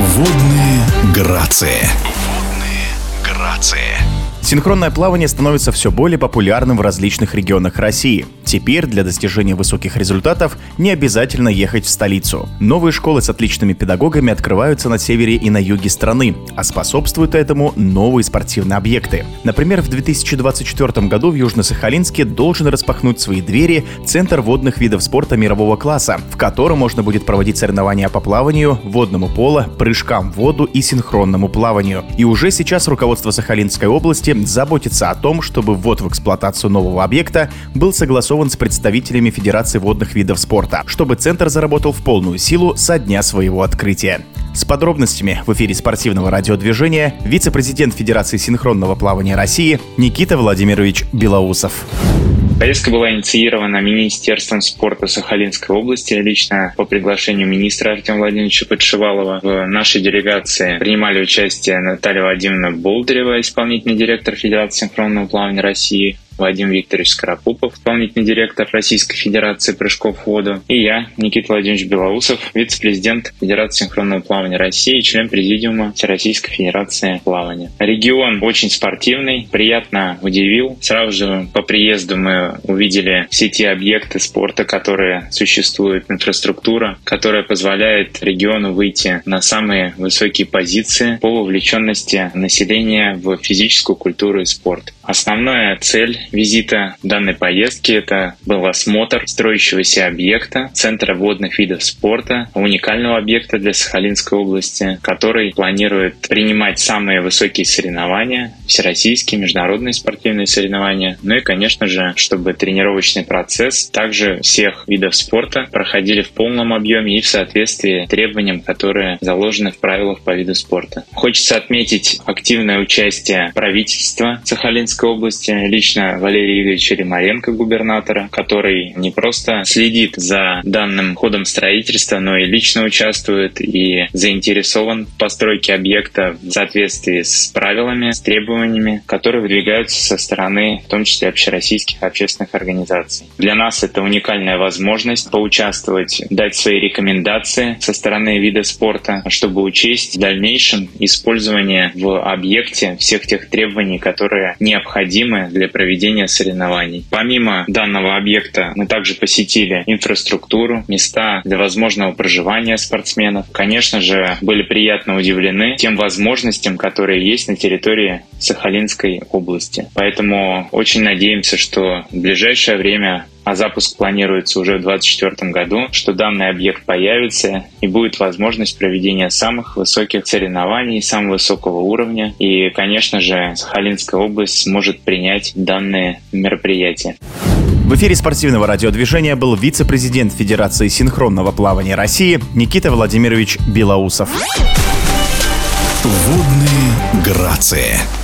Водные грации. Синхронное плавание становится все более популярным в различных регионах России. Теперь для достижения высоких результатов не обязательно ехать в столицу. Новые школы с отличными педагогами открываются на севере и на юге страны, а способствуют этому новые спортивные объекты. Например, в 2024 году в Южно-Сахалинске должен распахнуть свои двери Центр водных видов спорта мирового класса, в котором можно будет проводить соревнования по плаванию, водному поло, прыжкам в воду и синхронному плаванию. И уже сейчас руководство Сахалинской области заботится о том, чтобы ввод в эксплуатацию нового объекта был согласован с представителями Федерации водных видов спорта, чтобы центр заработал в полную силу со дня своего открытия. С подробностями в эфире спортивного радиодвижения вице-президент Федерации синхронного плавания России Никита Владимирович Белоусов. Поездка была инициирована Министерством спорта Сахалинской области. Лично по приглашению министра Артема Владимировича Подшивалова в нашей делегации принимали участие Наталья Владимировна Болдырева, исполнительный директор Федерации синхронного плавания России, Владимир Викторович Скоропупов, исполнительный директор Российской Федерации прыжков в воду, и я, Никита Владимирович Белоусов, вице-президент Федерации синхронного плавания России и член президиума Всероссийской Федерации плавания. Регион очень спортивный, приятно удивил. Сразу же по приезду мы увидели все те объекты спорта, которые существуют, инфраструктура, которая позволяет региону выйти на самые высокие позиции по вовлеченности населения в физическую культуру и спорт. Основная цель визита данной поездки — это был осмотр строящегося объекта Центра водных видов спорта, уникального объекта для Сахалинской области, который планирует принимать самые высокие соревнования, всероссийские, международные спортивные соревнования, ну и, конечно же, чтобы тренировочный процесс также всех видов спорта проходили в полном объеме и в соответствии с требованиям, которые заложены в правилах по виду спорта. Хочется отметить активное участие правительства Сахалинской области, лично Валерия Игоревича Римаренко, губернатора, который не просто следит за данным ходом строительства, но и лично участвует и заинтересован в постройке объекта в соответствии с правилами, с требованиями, которые выдвигаются со стороны, в том числе, общероссийских общественных организаций. Для нас это уникальная возможность поучаствовать, дать свои рекомендации со стороны вида спорта, чтобы учесть в дальнейшем использование в объекте всех тех требований, которые необходимы для проведения соревнований. Помимо данного объекта мы также посетили инфраструктуру, места для возможного проживания спортсменов. Конечно же, были приятно удивлены тем возможностям, которые есть на территории Сахалинской области. Поэтому очень надеемся, что в ближайшее время, а запуск планируется уже в 2024 году, что данный объект появится и будет возможность проведения самых высоких соревнований, самого высокого уровня. И, конечно же, Сахалинская область сможет принять данные мероприятия. В эфире спортивного радиодвижения был вице-президент Федерации синхронного плавания России Никита Владимирович Белоусов. Водные грации.